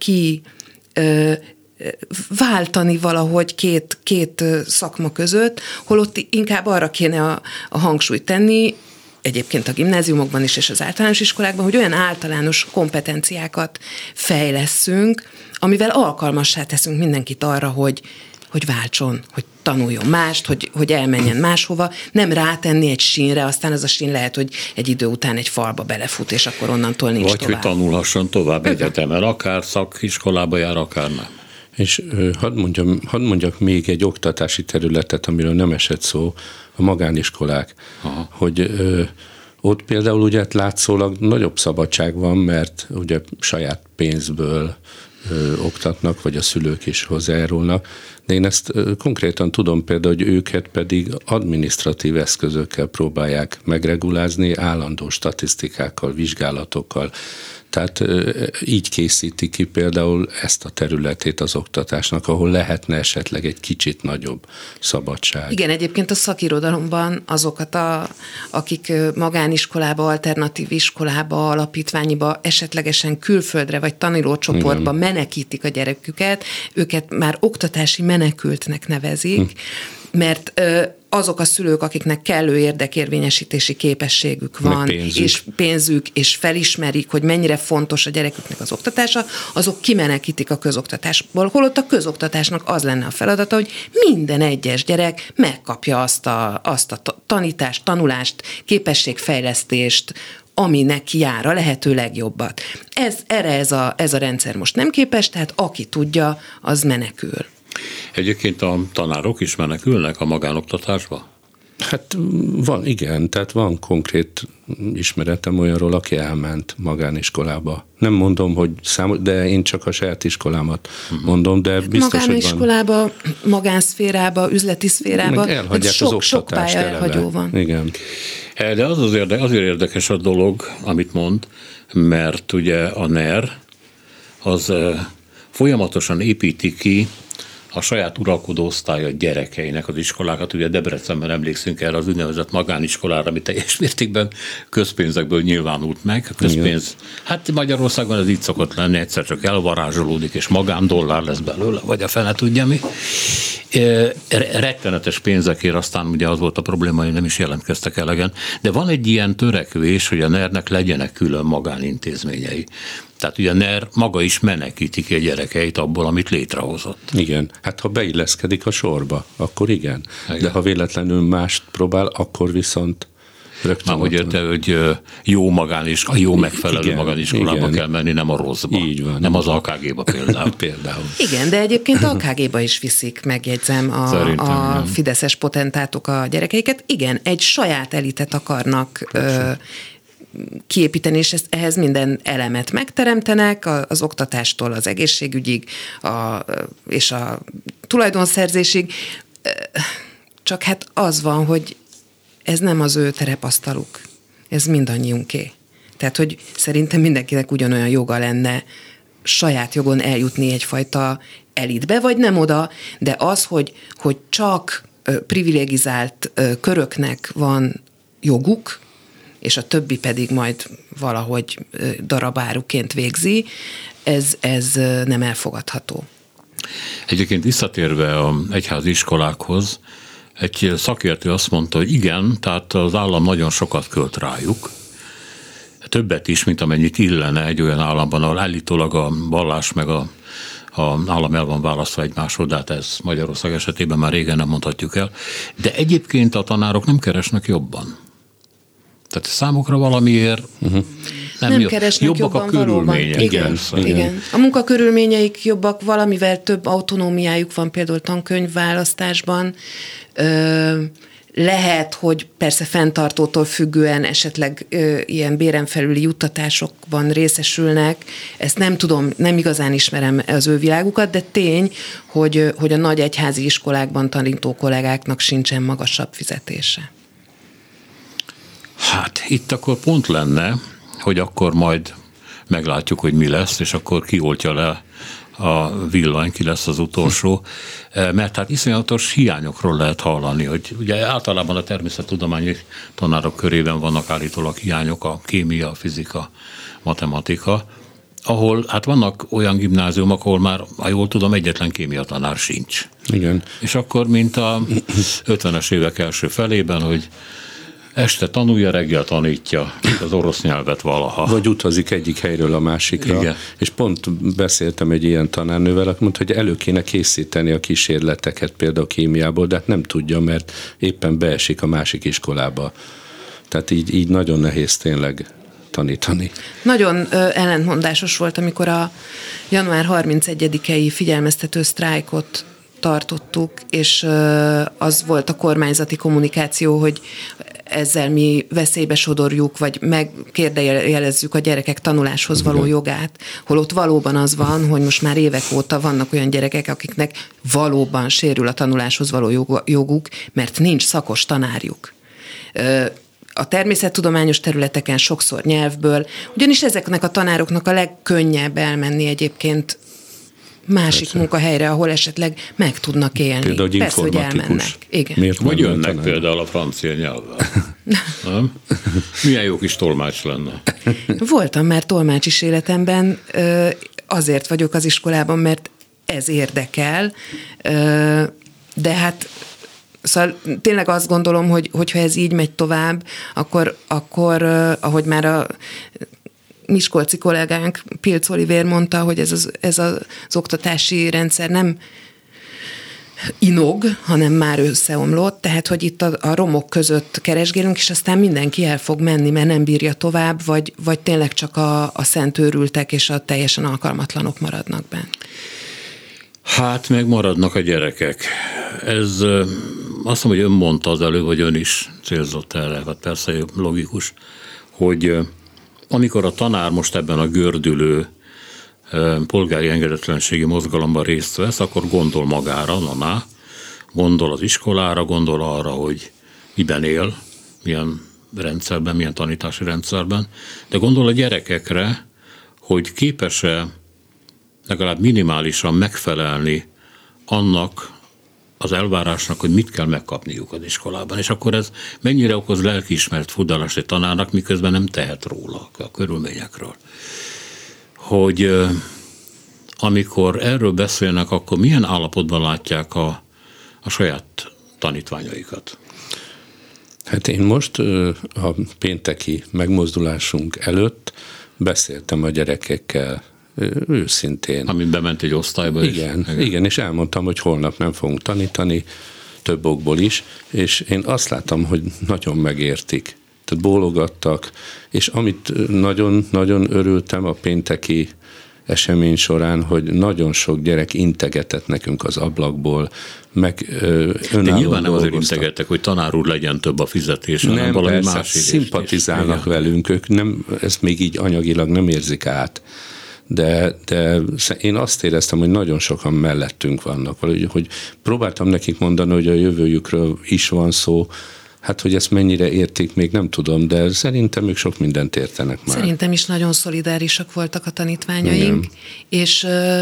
váltani valahogy két szakma között, holott inkább arra kéne a hangsúlyt tenni, egyébként a gimnáziumokban is és az általános iskolákban, hogy olyan általános kompetenciákat fejlesszünk, amivel alkalmassá teszünk mindenkit arra, hogy váltson, hogy tanuljon mást, hogy elmenjen máshova, nem rátenni egy sínre, aztán az a sín lehet, hogy egy idő után egy falba belefut, és akkor onnantól nincs vagy tovább. Vagy hogy tanulhasson tovább egyetemen, akár szakiskolába jár, akár nem. És hadd mondjak még egy oktatási területet, amiről nem esett szó, a magániskolák. Aha. Hogy ott például ugye látszólag nagyobb szabadság van, mert ugye saját pénzből oktatnak, vagy a szülők is hozzájárulnak, de én ezt konkrétan tudom például, hogy őket pedig adminisztratív eszközökkel próbálják megregulázni, állandó statisztikákkal, vizsgálatokkal. Tehát így készíti ki például ezt a területét az oktatásnak, ahol lehetne esetleg egy kicsit nagyobb szabadság. Igen, egyébként a szakirodalomban azokat, akik magániskolába, alternatív iskolába, alapítványiba, esetlegesen külföldre vagy tanulócsoportba menekítik a gyereküket, őket már oktatási menekültnek nevezik, mert azok a szülők, akiknek kellő érdekérvényesítési képességük van, és pénzük, és felismerik, hogy mennyire fontos a gyereküknek az oktatása, azok kimenekítik a közoktatásból, holott a közoktatásnak az lenne a feladata, hogy minden egyes gyerek megkapja azt a tanítást, tanulást, képességfejlesztést, ami neki jár a lehető legjobbat. Erre ez a rendszer most nem képes, tehát aki tudja, az menekül. Egyébként a tanárok is menekülnek a magánoktatásba? Hát van, igen, tehát van konkrét ismeretem olyanról, aki elment magániskolába. Nem mondom, hogy de én csak a saját iskolámat mondom, de biztos, magániskolába, hogy van. Magánszférába, üzleti szférába. Meg elhagyják az oktatást. Sok pályahagyó van. Igen. De azért érdekes a dolog, amit mond, mert ugye a NER az folyamatosan építi ki a saját uralkodó osztálya gyerekeinek az iskolákat. Ugye Debrecenben emlékszünk erre az úgynevezett magániskolára, ami teljes mértékben közpénzekből nyilvánult meg. A közpénz, hát Magyarországon ez így szokott lenni, egyszer csak elvarázsolódik, és magándollár lesz belőle, vagy a fene tudja mi. Rettenetes pénzekért, aztán ugye az volt a probléma, hogy nem is jelentkeztek elegen. De van egy ilyen törekvés, hogy a NER-nek legyenek külön magánintézményei. Tehát ugye a NER maga is menekíti ki a gyerekeit abból, amit létrehozott. Igen, hát ha beilleszkedik a sorba, akkor igen. De ha véletlenül mást próbál, akkor viszont rögtön. Már hogy érte, hogy a jó megfelelő magániskolába kell menni, nem a rosszba. Így van. Nem az AKG-ba például. Igen, de egyébként AKG-ba is viszik, megjegyzem, a fideszes potentátok a gyerekeiket. Igen, egy saját elitet akarnak kiépíteni, és ehhez minden elemet megteremtenek, az oktatástól az egészségügyig és a tulajdonszerzésig. Csak hát az van, hogy ez nem az ő terepasztaluk, ez mindannyiunké. Tehát, hogy szerintem mindenkinek ugyanolyan joga lenne saját jogon eljutni egyfajta elitbe, vagy nem oda, de az, hogy csak privilegizált köröknek van joguk, és a többi pedig majd valahogy darabáruként végzi, ez nem elfogadható. Egyébként visszatérve az egyházi iskolákhoz, egy szakértő azt mondta, hogy igen, tehát az állam nagyon sokat költ rájuk, többet is, mint amennyit illene egy olyan államban, ahol állítólag a vallás meg a állam el van választva egymásról, de hát ez Magyarország esetében már régen nem mondhatjuk el. De egyébként a tanárok nem keresnek jobban. Tehát számukra valamiért nem keresnek jobbak a körülmények. Igen. A munkakörülményeik jobbak, valamivel több autonómiájuk van például tankönyvválasztásban. Lehet, hogy persze fenntartótól függően esetleg ilyen béren felüli juttatásokban részesülnek. Ezt nem tudom, nem igazán ismerem az ő világukat, de tény, hogy a nagy egyházi iskolákban tanító kollégáknak sincsen magasabb fizetése. Hát itt akkor pont lenne, hogy akkor majd meglátjuk, hogy mi lesz, és akkor kioltja le a villany, ki lesz az utolsó, mert hát iszonyatos hiányokról lehet hallani, hogy ugye általában a természettudományi tanárok körében vannak állítólag hiányok, a kémia, a fizika, matematika, ahol hát vannak olyan gimnáziumok, ahol már, ha jól tudom, egyetlen kémia tanár sincs. Igen. És akkor, mint a 50-es évek első felében, hogy este tanulja, reggel tanítja az orosz nyelvet valaha. Vagy utazik egyik helyről a másikra. Igen. És pont beszéltem egy ilyen tanárnővel, aki mondta, hogy elő kéne készíteni a kísérleteket például kémiából, de hát nem tudja, mert éppen beesik a másik iskolába. Tehát így nagyon nehéz tényleg tanítani. Nagyon ellentmondásos volt, amikor a január 31-i figyelmeztető sztrájkot tartottuk, és az volt a kormányzati kommunikáció, hogy ezzel mi veszélybe sodorjuk, vagy megkérdejelezzük a gyerekek tanuláshoz való jogát, holott valóban az van, hogy most már évek óta vannak olyan gyerekek, akiknek valóban sérül a tanuláshoz való joguk, mert nincs szakos tanárjuk. A természettudományos területeken sokszor nyelvből, ugyanis ezeknek a tanároknak a legkönnyebb elmenni egyébként másik munkahelyre, ahol esetleg meg tudnak élni. Például, hogy persze, hogy elmennek. Igen. Miért vagy jönnek például a francia nyelvvel? Nem? Milyen jó kis tolmács lenne. Voltam már tolmács is életemben, azért vagyok az iskolában, mert ez érdekel, de hát szóval tényleg azt gondolom, hogy hogyha ez így megy tovább, akkor ahogy már a miskolci kollégánk Pilc Olivér mondta, hogy ez az oktatási rendszer nem inog, hanem már összeomlott, tehát hogy itt a romok között keresgélünk, és aztán mindenki el fog menni, mert nem bírja tovább, vagy tényleg csak a szentőrültek és a teljesen alkalmatlanok maradnak benne. Hát megmaradnak a gyerekek. Ez azt mondom, hogy ön mondta az előbb, hogy ön is célzott erre, hát persze logikus, hogy amikor a tanár most ebben a gördülő polgári engedetlenségi mozgalomban részt vesz, akkor gondol magára, gondol az iskolára, gondol arra, hogy miben él, milyen rendszerben, milyen tanítási rendszerben, de gondol a gyerekekre, hogy képes-e legalább minimálisan megfelelni annak az elvárásnak, hogy mit kell megkapniuk az iskolában. És akkor ez mennyire okoz lelkiismert furdalást egy tanárnak, miközben nem tehet róla a körülményekről. Hogy amikor erről beszélnek, akkor milyen állapotban látják a saját tanítványaikat? Hát én most a pénteki megmozdulásunk előtt beszéltem a gyerekekkel őszintén. Amint bement egy osztályba. Igen, és elmondtam, hogy holnap nem fogunk tanítani, több okból is, és én azt láttam, hogy nagyon megértik. Tehát bólogattak, és amit nagyon örültem a pénteki esemény során, hogy nagyon sok gyerek integetett nekünk az ablakból, meg önállóan. De nyilván nem azért integettek, hogy tanár úr legyen több a fizetés, hanem valami persze, más szimpatizálnak velünk, ők nem, ezt még így anyagilag nem érzik át. De én azt éreztem, hogy nagyon sokan mellettünk vannak. Hogy próbáltam nekik mondani, hogy a jövőjükről is van szó, hát hogy ezt mennyire értik, még nem tudom, de szerintem ők sok mindent értenek már. Szerintem is nagyon szolidárisak voltak a tanítványaink, és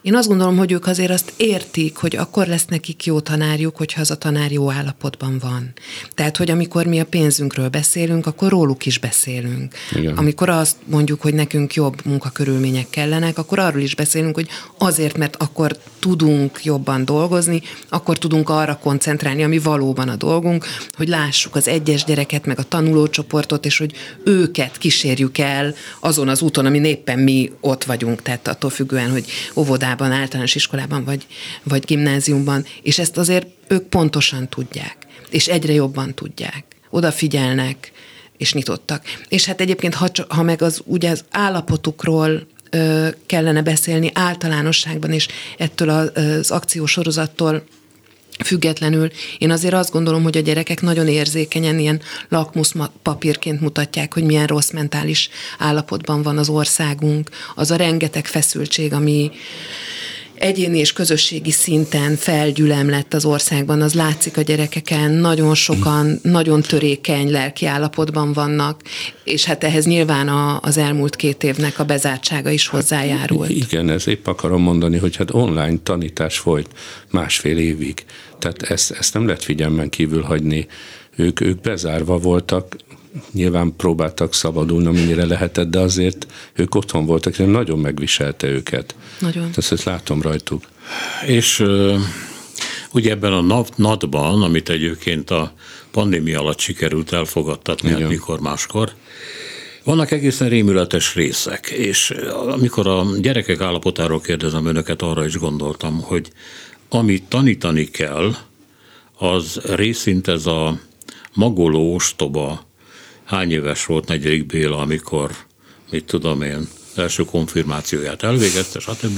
Én azt gondolom, hogy ők azért azt értik, hogy akkor lesz nekik jó tanárjuk, hogyha az a tanár jó állapotban van. Tehát, hogy amikor mi a pénzünkről beszélünk, akkor róluk is beszélünk. Igen. Amikor azt mondjuk, hogy nekünk jobb munkakörülmények kellenek, akkor arról is beszélünk, hogy azért, mert akkor tudunk jobban dolgozni, akkor tudunk arra koncentrálni, ami valóban a dolgunk, hogy lássuk az egyes gyereket, meg a tanulócsoportot, és hogy őket kísérjük el azon az úton, amin éppen mi ott vagyunk, tehát attól függően, hogy óvodában, általános iskolában vagy gimnáziumban, és ezt azért ők pontosan tudják, és egyre jobban tudják. Odafigyelnek, és nyitottak. És hát egyébként, ha meg ugye az állapotukról kellene beszélni általánosságban, és ettől az akciósorozattól függetlenül, én azért azt gondolom, hogy a gyerekek nagyon érzékenyen ilyen lakmuszpapírként mutatják, hogy milyen rossz mentális állapotban van az országunk. Az a rengeteg feszültség, ami egyéni és közösségi szinten felgyülemlett az országban, az látszik a gyerekeken, nagyon sokan, nagyon törékeny lelki állapotban vannak, és hát ehhez nyilván az elmúlt 2 évnek a bezártsága is hozzájárult. Igen, ez épp akarom mondani, hogy hát online tanítás folyt 1,5 évig, tehát ezt nem lehet figyelmen kívül hagyni. Ők bezárva voltak, nyilván próbáltak szabadulni, amennyire lehetett, de azért ők otthon voltak, és nagyon megviselte őket. Nagyon. Ezt látom rajtuk. És ugye ebben a NAD-ban, amit egyébként a pandémia alatt sikerült elfogadtatni, hát mikor máskor, vannak egészen rémületes részek, és amikor a gyerekek állapotáról kérdezem önöket, arra is gondoltam, hogy amit tanítani kell, az részint ez a magoló, ostoba, hány éves volt 4. Béla, amikor, mit tudom én, első konfirmációját elvégezte, stb.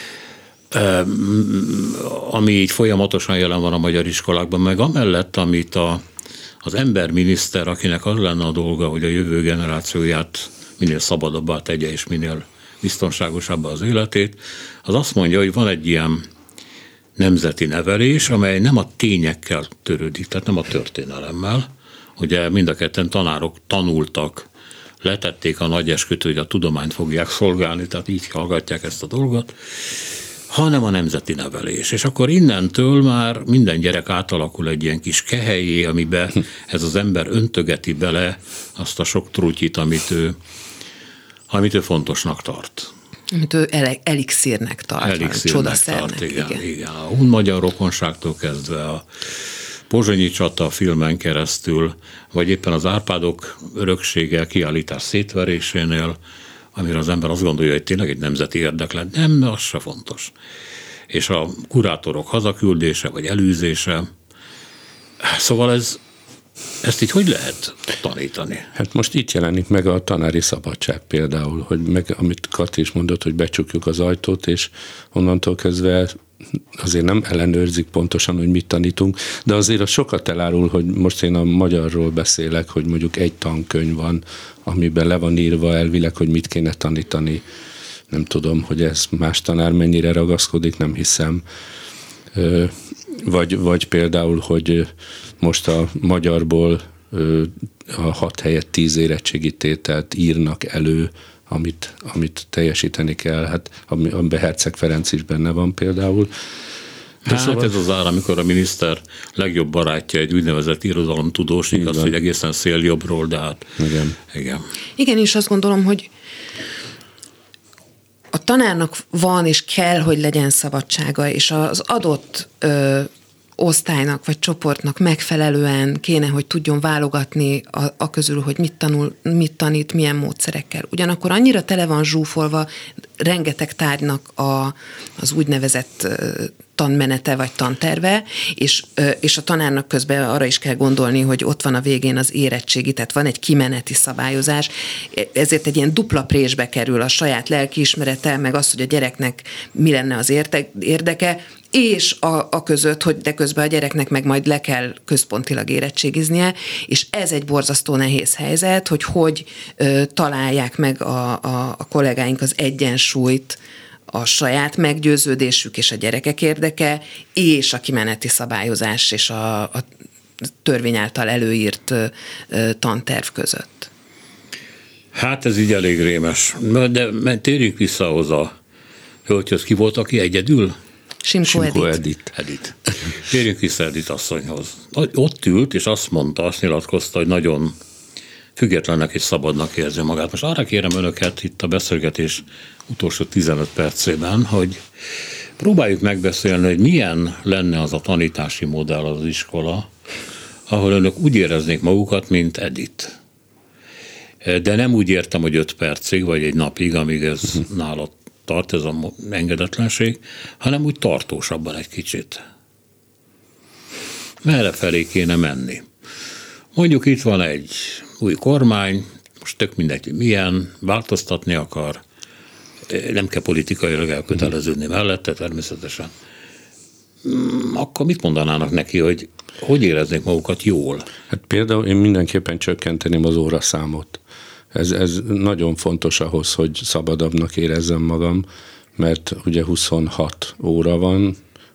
Ami így folyamatosan jelen van a magyar iskolákban, meg amellett, amit az emberminiszter, akinek az lenne a dolga, hogy a jövő generációját minél szabadabbá tegye, és minél biztonságosabbá az életét, az azt mondja, hogy van egy ilyen nemzeti nevelés, amely nem a tényekkel törődik, tehát nem a történelemmel. Ugye mind a ketten tanárok tanultak, letették a nagy esküt, hogy a tudományt fogják szolgálni, tehát így hallgatják ezt a dolgot, hanem a nemzeti nevelés. És akkor innentől már minden gyerek átalakul egy ilyen kis kehelyé, amiben ez az ember öntögeti bele azt a sok trutyit, amit ő fontosnak tart. Amit ő elixírnek tart, csodaszernek. Igen. A hun-magyar rokonságtól kezdve a Pozsonyi csata filmen keresztül, vagy éppen az Árpádok öröksége kiállítás szétverésénél, amire az ember azt gondolja, hogy tényleg egy nemzeti érdeklet. Nem, az se fontos. És a kurátorok hazaküldése, vagy elűzése. Szóval ezt így hogy lehet tanítani? Hát most itt jelenik meg a tanári szabadság például, hogy meg, amit Kati is mondott, hogy becsukjuk az ajtót, és onnantól kezdve azért nem ellenőrzik pontosan, hogy mit tanítunk, de azért az sokat elárul, hogy most én a magyarról beszélek, hogy mondjuk egy tankönyv van, amiben le van írva elvileg, hogy mit kéne tanítani. Nem tudom, hogy ez más tanár mennyire ragaszkodik, nem hiszem. Vagy például, hogy most a magyarból a 6 helyett 10 érettségi tételt írnak elő, amit teljesíteni kell, hát amiben Herceg Ferenc is benne van például. De szóval ez az ára, amikor a miniszter legjobb barátja egy úgynevezett irodalomtudós, igaz, hogy egészen széljobbról, de hát... Igen, és azt gondolom, hogy a tanárnak van és kell, hogy legyen szabadsága, és az adott osztálynak vagy csoportnak megfelelően kéne, hogy tudjon válogatni a közül, hogy mit tanul, mit tanít, milyen módszerekkel. Ugyanakkor annyira tele van zsúfolva rengeteg tárgynak az úgynevezett tanmenete vagy tanterve, és a tanárnak közben arra is kell gondolni, hogy ott van a végén az érettségi, tehát van egy kimeneti szabályozás, ezért egy ilyen dupla présbe kerül a saját lelkiismerete, meg az, hogy a gyereknek mi lenne az érdeke, és a között, hogy de közben a gyereknek meg majd le kell központilag érettségiznie, és ez egy borzasztó nehéz helyzet, hogy találják meg a kollégáink az egyensúlyt a saját meggyőződésük és a gyerekek érdeke, és a kimeneti szabályozás és a törvény által előírt tanterv között. Hát ez így elég rémes. De térjünk vissza ahhoz a hölgyhöz ki volt, aki egyedül? Simko Edith. Térjünk vissza Edith asszonyhoz. Ott ült, és azt mondta, azt nyilatkozta, hogy nagyon függetlennek és szabadnak érzi magát. Most arra kérem önöket itt a beszélgetés utolsó 15 percében, hogy próbáljuk megbeszélni, hogy milyen lenne az a tanítási modell az iskola, ahol önök úgy éreznék magukat, mint Edith. De nem úgy értem, hogy 5 percig, vagy egy napig, amíg ez nála tart, ez az engedetlenség, hanem úgy tartósabban egy kicsit. Merre felé kéne menni? Mondjuk itt van egy új kormány, most tök mindegy, hogy milyen, változtatni akar, nem kell politikailag elköteleződni mellette természetesen. Akkor mit mondanának neki, hogy éreznék magukat jól? Hát például én mindenképpen csökkenteném az óraszámot. Ez nagyon fontos ahhoz, hogy szabadabbnak érezzem magam, mert ugye 26 óra van,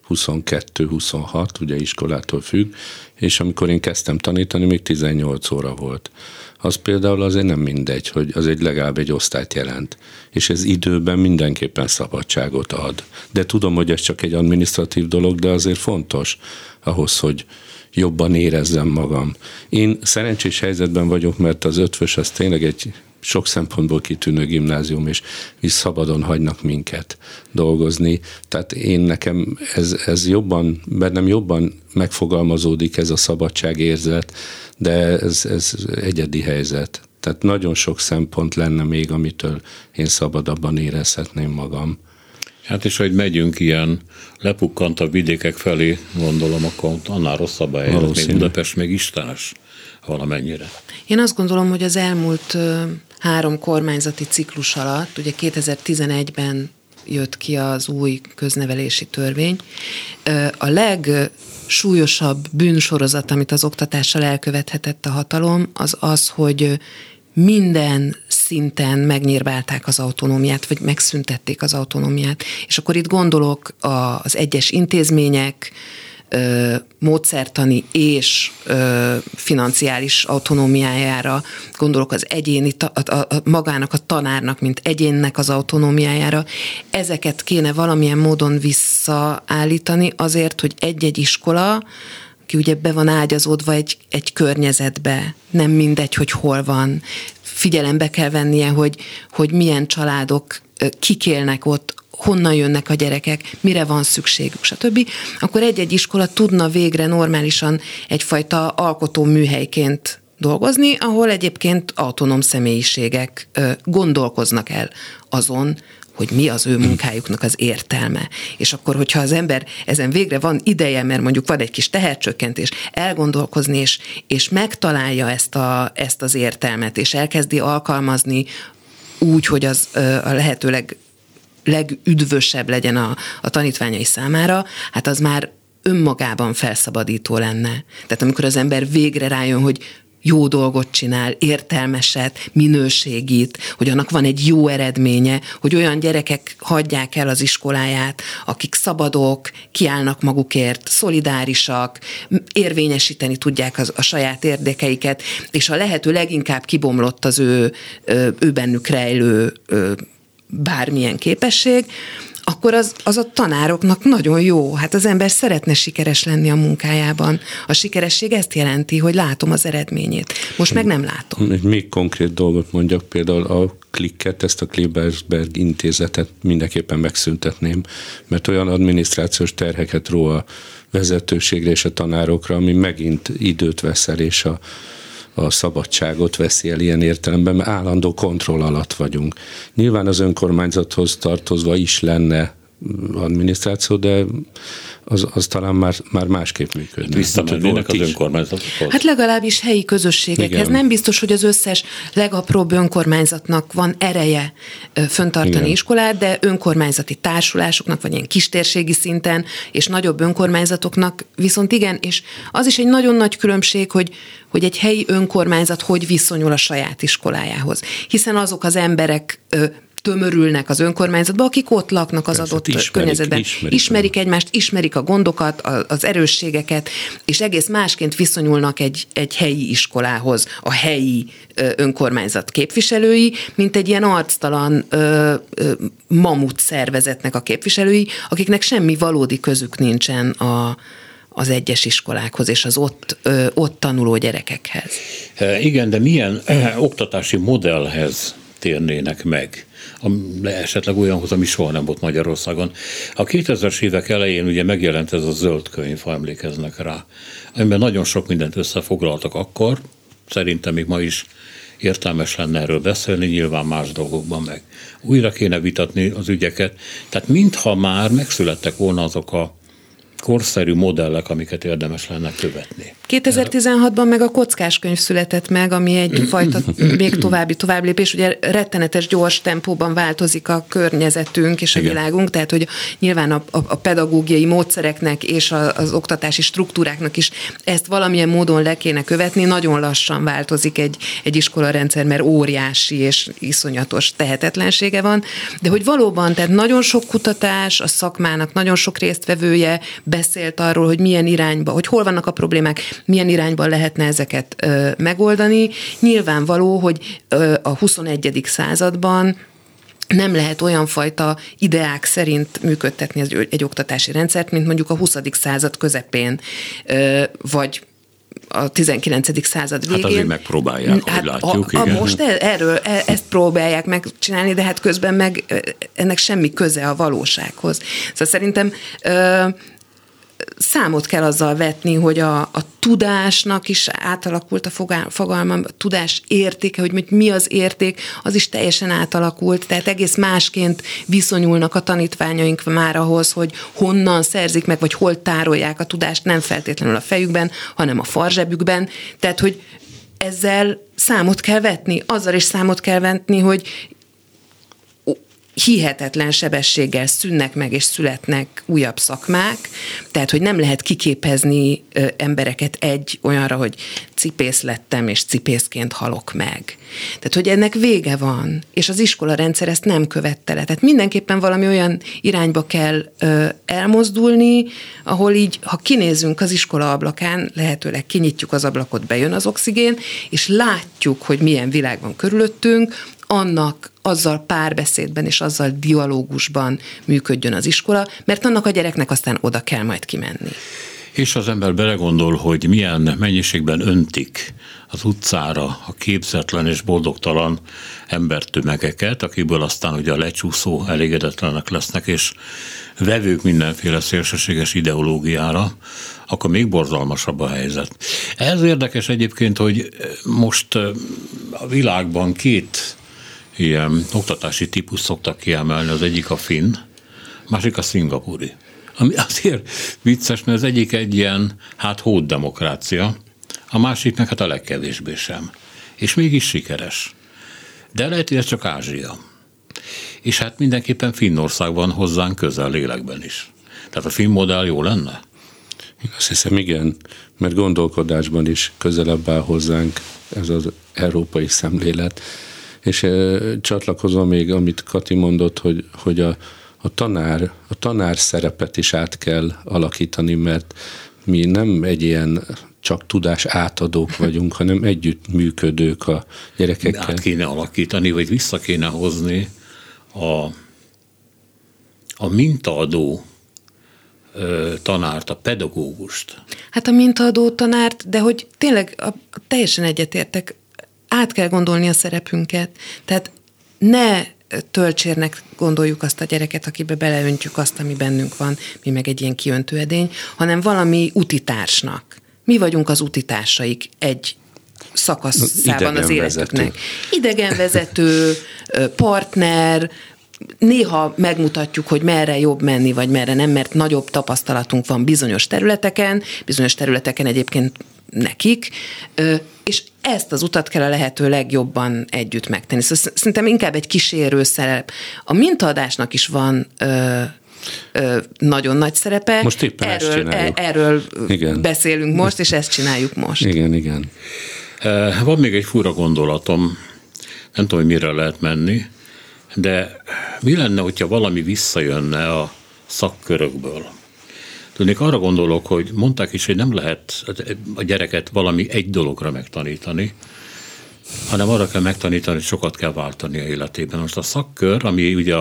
22-26, ugye iskolától függ, és amikor én kezdtem tanítani, még 18 óra volt. Az például azért nem mindegy, hogy az legalább egy osztályt jelent. És ez időben mindenképpen szabadságot ad. De tudom, hogy ez csak egy adminisztratív dolog, de azért fontos ahhoz, hogy jobban érezzem magam. Én szerencsés helyzetben vagyok, mert az Ötvös az tényleg egy sok szempontból kitűnő gimnázium, és szabadon hagynak minket dolgozni. Tehát nekem ez jobban, bennem jobban megfogalmazódik ez a szabadságérzet, de ez egyedi helyzet. Tehát nagyon sok szempont lenne még, amitől én szabadabban érezhetném magam. Hát és hogy megyünk ilyen lepukkantabb vidékek felé, gondolom, akkor annál rosszabb a helyzet, még Budapest még istenes valamennyire. Én azt gondolom, hogy az elmúlt 3 kormányzati ciklus alatt, ugye 2011-ben jött ki az új köznevelési törvény, a legsúlyosabb bűnsorozat, amit az oktatással elkövethetett a hatalom, az, hogy minden szinten megnyírbálták az autonómiát, vagy megszüntették az autonómiát. És akkor itt gondolok az egyes intézmények módszertani és financiális autonómiájára, gondolok az egyéni, magának a tanárnak, mint egyénnek az autonómiájára. Ezeket kéne valamilyen módon visszaállítani azért, hogy egy-egy iskola, ki ugye be van ágyazódva egy környezetbe, nem mindegy, hogy hol van. Figyelembe kell vennie, hogy milyen családok kik élnek ott, honnan jönnek a gyerekek, mire van szükségük, stb. Akkor egy-egy iskola tudna végre normálisan egyfajta alkotó műhelyként dolgozni, ahol egyébként autonóm személyiségek gondolkoznak el azon, hogy mi az ő munkájuknak az értelme. És akkor, hogyha az ember ezen végre van ideje, mert mondjuk van egy kis tehercsökkentés, elgondolkozni, és megtalálja ezt az értelmet, és elkezdi alkalmazni úgy, hogy az a lehetőleg legüdvösebb legyen a tanítványai számára, hát az már önmagában felszabadító lenne. Tehát amikor az ember végre rájön, hogy jó dolgot csinál, értelmeset, minőségít, hogy annak van egy jó eredménye, hogy olyan gyerekek hagyják el az iskoláját, akik szabadok, kiállnak magukért, szolidárisak, érvényesíteni tudják a saját érdekeiket, és a lehető leginkább kibomlott az ő bennük rejlő bármilyen képesség, akkor az a tanároknak nagyon jó. Hát az ember szeretne sikeres lenni a munkájában. A sikeresség ezt jelenti, hogy látom az eredményét. Most meg nem látom. Még konkrét dolgot mondjak, például a Klikket, ezt a Klebersberg intézetet mindenképpen megszüntetném, mert olyan adminisztrációs terheket ró a vezetőségre és a tanárokra, ami megint időt vesz el, és a szabadságot veszi el ilyen értelemben, mert állandó kontroll alatt vagyunk. Nyilván az önkormányzathoz tartozva is lenne adminisztráció, de az talán már másképp működne. Visszamennének az önkormányzatokhoz? Hát legalábbis helyi közösségekhez. Igen. Nem biztos, hogy az összes legapróbb önkormányzatnak van ereje föntartani igen. iskolát, de önkormányzati társulásoknak, vagy ilyen kistérségi szinten, és nagyobb önkormányzatoknak viszont igen, és az is egy nagyon nagy különbség, hogy egy helyi önkormányzat hogy viszonyul a saját iskolájához. Hiszen azok az emberek tömörülnek az önkormányzatba, akik ott laknak az adott környezetben. Ismerik egymást, ismerik a gondokat, az erősségeket, és egész másként viszonyulnak egy helyi iskolához, a helyi önkormányzat képviselői, mint egy ilyen arctalan mamut szervezetnek a képviselői, akiknek semmi valódi közük nincsen az egyes iskolákhoz és az ott tanuló gyerekekhez. Igen, de milyen oktatási modellhez térnének meg? Esetleg olyanhoz, ami soha nem volt Magyarországon. A 2000-es évek elején ugye megjelent ez a zöld könyv, ha emlékeznek rá, amiben nagyon sok mindent összefoglaltak akkor, szerintem még ma is értelmes lenne erről beszélni, nyilván más dolgokban meg. Újra kéne vitatni az ügyeket, tehát mintha már megszülettek volna azok a korszerű modellek, amiket érdemes lenne követni. 2016-ban meg a kockás könyv született meg, ami egyfajta még tovább lépés, ugye rettenetes gyors tempóban változik a környezetünk és a világunk, tehát hogy nyilván a pedagógiai módszereknek és az oktatási struktúráknak is ezt valamilyen módon le kéne követni, nagyon lassan változik egy iskolarendszer, mert óriási és iszonyatos tehetetlensége van, de hogy valóban, tehát nagyon sok kutatás, a szakmának nagyon sok résztvevője beszélt arról, hogy milyen irányba, hogy hol vannak a problémák, milyen irányban lehetne ezeket megoldani. Nyilvánvaló, hogy a 21. században nem lehet olyan fajta ideák szerint működtetni egy oktatási rendszert, mint mondjuk a 20. század közepén, vagy a 19. század végén. Hát azért megpróbálják, hogy látjuk. Igen. Most ezt próbálják megcsinálni, de hát közben meg ennek semmi köze a valósághoz. Szóval szerintem számot kell azzal vetni, hogy a tudásnak is átalakult a fogalma, a tudás értéke, hogy mi az érték, az is teljesen átalakult, tehát egész másként viszonyulnak a tanítványaink már ahhoz, hogy honnan szerzik meg, vagy hol tárolják a tudást, nem feltétlenül a fejükben, hanem a farzsebükben, tehát hogy ezzel számot kell vetni, azzal is számot kell vetni, hogy hihetetlen sebességgel szűnnek meg és születnek újabb szakmák, tehát, hogy nem lehet kiképezni embereket olyanra, hogy cipész lettem, és cipészként halok meg. Tehát, hogy ennek vége van, és az iskolarendszer ezt nem követte le. Tehát mindenképpen valami olyan irányba kell elmozdulni, ahol így, ha kinézünk az iskola ablakán, lehetőleg kinyitjuk az ablakot, bejön az oxigén, és látjuk, hogy milyen világ van körülöttünk, azzal párbeszédben és azzal dialógusban működjön az iskola, mert annak a gyereknek aztán oda kell majd kimenni. És az ember belegondol, hogy milyen mennyiségben öntik az utcára a képzetlen és boldogtalan embertömegeket, akikből aztán ugye a lecsúszó elégedetlenek lesznek, és vevők mindenféle szélsőséges ideológiára, akkor még borzalmasabb a helyzet. Ez érdekes egyébként, hogy most a világban két ilyen oktatási típus szoktak kiemelni, az egyik a finn, másik a szingapúri. Ami azért vicces, mert az egyik egy ilyen, hóddemokrácia, a másik meg a legkevésbé sem. És mégis sikeres. De lehet, hogy ez csak Ázsia. És mindenképpen Finnországban hozzánk közel lélekben is. Tehát a finn modell jó lenne? Én azt hiszem, igen, mert gondolkodásban is közelebb áll hozzánk ez az európai szemlélet. És csatlakozom még, amit Kati mondott, hogy a tanár szerepet is át kell alakítani, mert mi nem egy ilyen csak tudás átadók vagyunk, hanem együtt működők a gyerekekkel. Át kéne alakítani, vagy vissza kéne hozni a mintaadó tanárt, a pedagógust. Hát a mintaadó tanárt, de hogy tényleg teljesen egyetértek, át kell gondolni a szerepünket. Tehát ne töltsérnek gondoljuk azt a gyereket, akibe beleöntjük azt, ami bennünk van, mi meg egy ilyen kiöntő edény, hanem valami utitársnak. Mi vagyunk az utitársaik egy szakaszában az életüknek. Idegenvezető, partner, néha megmutatjuk, hogy merre jobb menni, vagy merre nem, mert nagyobb tapasztalatunk van bizonyos területeken egyébként nekik, és ezt az utat kell a lehető legjobban együtt megtenni. Szóval szerintem inkább egy kísérő szerep. A mintaadásnak is van nagyon nagy szerepe. Most éppen erről beszélünk most, és ezt csináljuk most. Igen. Van még egy fura gondolatom, nem tudom, hogy mire lehet menni. de mi lenne, hogyha valami visszajönne a szakkörökből? Tudnék, arra gondolok, hogy mondták is, hogy nem lehet a gyereket valami egy dologra megtanítani, hanem arra kell megtanítani, hogy sokat kell váltani a életében. Most a szakkör, ami ugye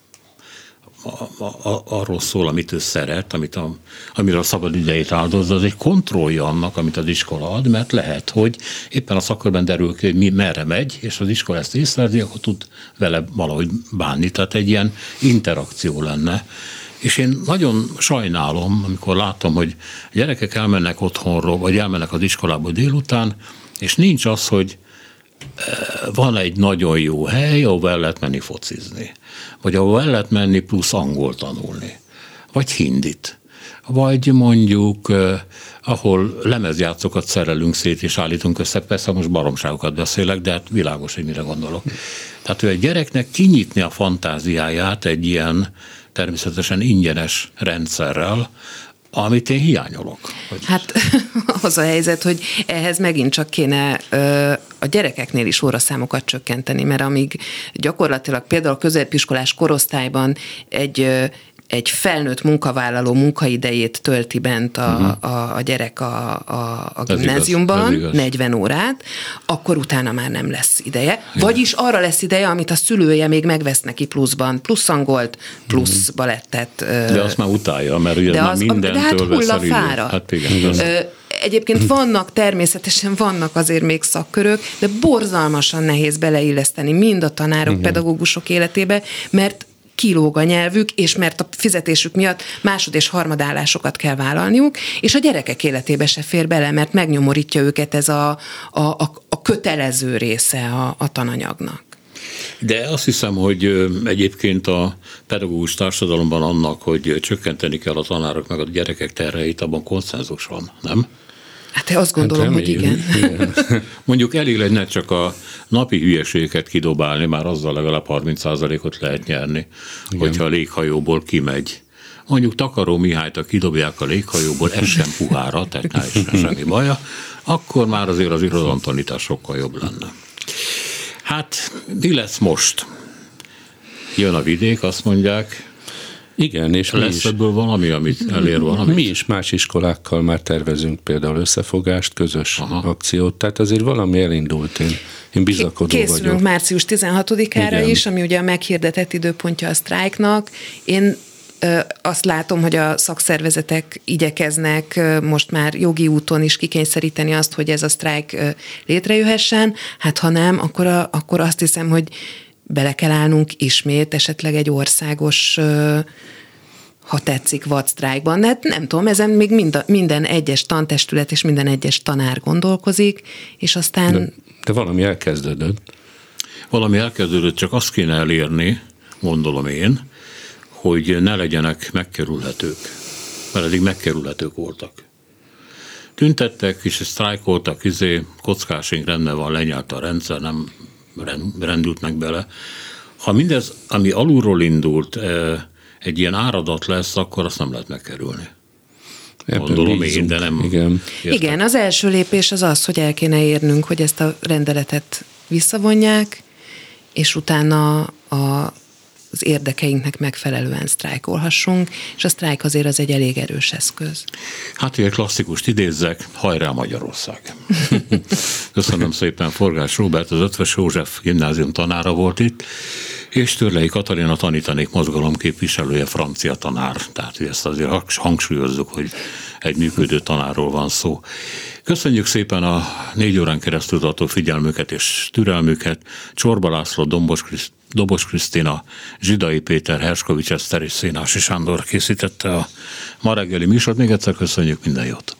arról szól, amit ő szeret, amire a szabad idejét áldozza, az egy kontrollja annak, amit az iskola ad, mert lehet, hogy éppen a szakkörben derül ki, hogy merre megy, és az iskola ezt észrevzi, akkor tud vele valahogy bánni. Tehát egy ilyen interakció lenne. És én nagyon sajnálom, amikor látom, hogy a gyerekek elmennek otthonról, vagy elmennek az iskolába délután, és nincs az, hogy van egy nagyon jó hely, ahol el lehet menni focizni, vagy ahol el lehet menni plusz angol tanulni, vagy hindit, vagy mondjuk ahol lemezjátszokat szerelünk szét és állítunk össze, persze most baromságokat beszélek, de hát világos, hogy mire gondolok. Tehát ő egy gyereknek kinyitni a fantáziáját egy ilyen természetesen ingyenes rendszerrel, amit én hiányolok. Hát az a helyzet, hogy ehhez megint csak kéne a gyerekeknél is óraszámokat csökkenteni, mert amíg gyakorlatilag például a középiskolás korosztályban egy felnőtt munkavállaló munkaidejét tölti bent a gyerek a gimnáziumban, igaz, 40 órát, akkor utána már nem lesz ideje. Vagyis arra lesz ideje, amit a szülője még megvesz neki pluszban, plusz angolt, plusz balettet. De azt már utálja, mert ugye már mindentől vesz el időt. Hát igen. Egyébként természetesen vannak azért még szakkörök, de borzalmasan nehéz beleilleszteni mind a tanárok, pedagógusok életébe, mert kilóg a nyelvük, és mert a fizetésük miatt másod- és harmadállásokat kell vállalniuk, és a gyerekek életébe se fér bele, mert megnyomorítja őket ez a kötelező része a tananyagnak. De azt hiszem, hogy egyébként a pedagógus társadalomban annak, hogy csökkenteni kell a tanárok meg a gyerekek terheit, abban konszenzus van, nem? Hát azt gondolom, hogy igen. Mondjuk elég lenne csak a napi hülyeségeket kidobálni, már azzal legalább 30%-ot lehet nyerni, hogyha a léghajóból kimegy. Mondjuk Takaró Mihályt, ha kidobják a léghajóból, ez sem puhára, tehát ne semmi baja, akkor már azért az irodalomtanítás sokkal jobb lenne. Hát, mi lesz most? Jön a vidék, azt mondják. Igen, és lesz ebből valami, amit elér valamit? Mi is más iskolákkal már tervezünk például összefogást, közös akciót, tehát azért valami elindult, én bizakodó vagyok. Készülünk március 16-ára is, ami ugye a meghirdetett időpontja a sztrájknak. Én azt látom, hogy a szakszervezetek igyekeznek most már jogi úton is kikényszeríteni azt, hogy ez a sztrájk létrejöhessen. Hát ha nem, akkor azt hiszem, hogy bele kell állnunk ismét esetleg egy országos, ha tetszik, vadsztrájkban. Hát nem tudom, ezen még minden egyes tantestület és minden egyes tanár gondolkozik, és aztán... De valami elkezdődött. Valami elkezdődött, csak azt kéne elérni, gondolom én, hogy ne legyenek megkerülhetők, mert eddig megkerülhetők voltak. Tüntettek és sztrájkoltak, kockásink rendben van, lenyelt a rendszer, nem rendült meg bele. Ha mindez, ami alulról indult, egy ilyen áradat lesz, akkor azt nem lehet megkerülni. Gondolom én, de nem... Igen, az első lépés az, hogy el kéne érnünk, hogy ezt a rendeletet visszavonják, és utána az érdekeinknek megfelelően sztrájkolhassunk, és a sztrájk azért az egy elég erős eszköz. Hát, hogy klasszikust idézzek, hajrá Magyarország! Köszönöm szépen, Forgács Róbert, az Eötvös József gimnázium tanára volt itt, és Törlei Katalina Tanítanék mozgalom képviselője, francia tanár. Tehát, hogy ezt azért hangsúlyozzuk, hogy egy működő tanárról van szó. Köszönjük szépen a 4 órán keresztül tartó figyelmüket és türelmüket. Csorba László, Dobos Krisztina, Zsidai Péter, Herskovics Eszter és Szénási Sándor készítette a ma reggeli műsort. Még egyszer köszönjük, minden jót!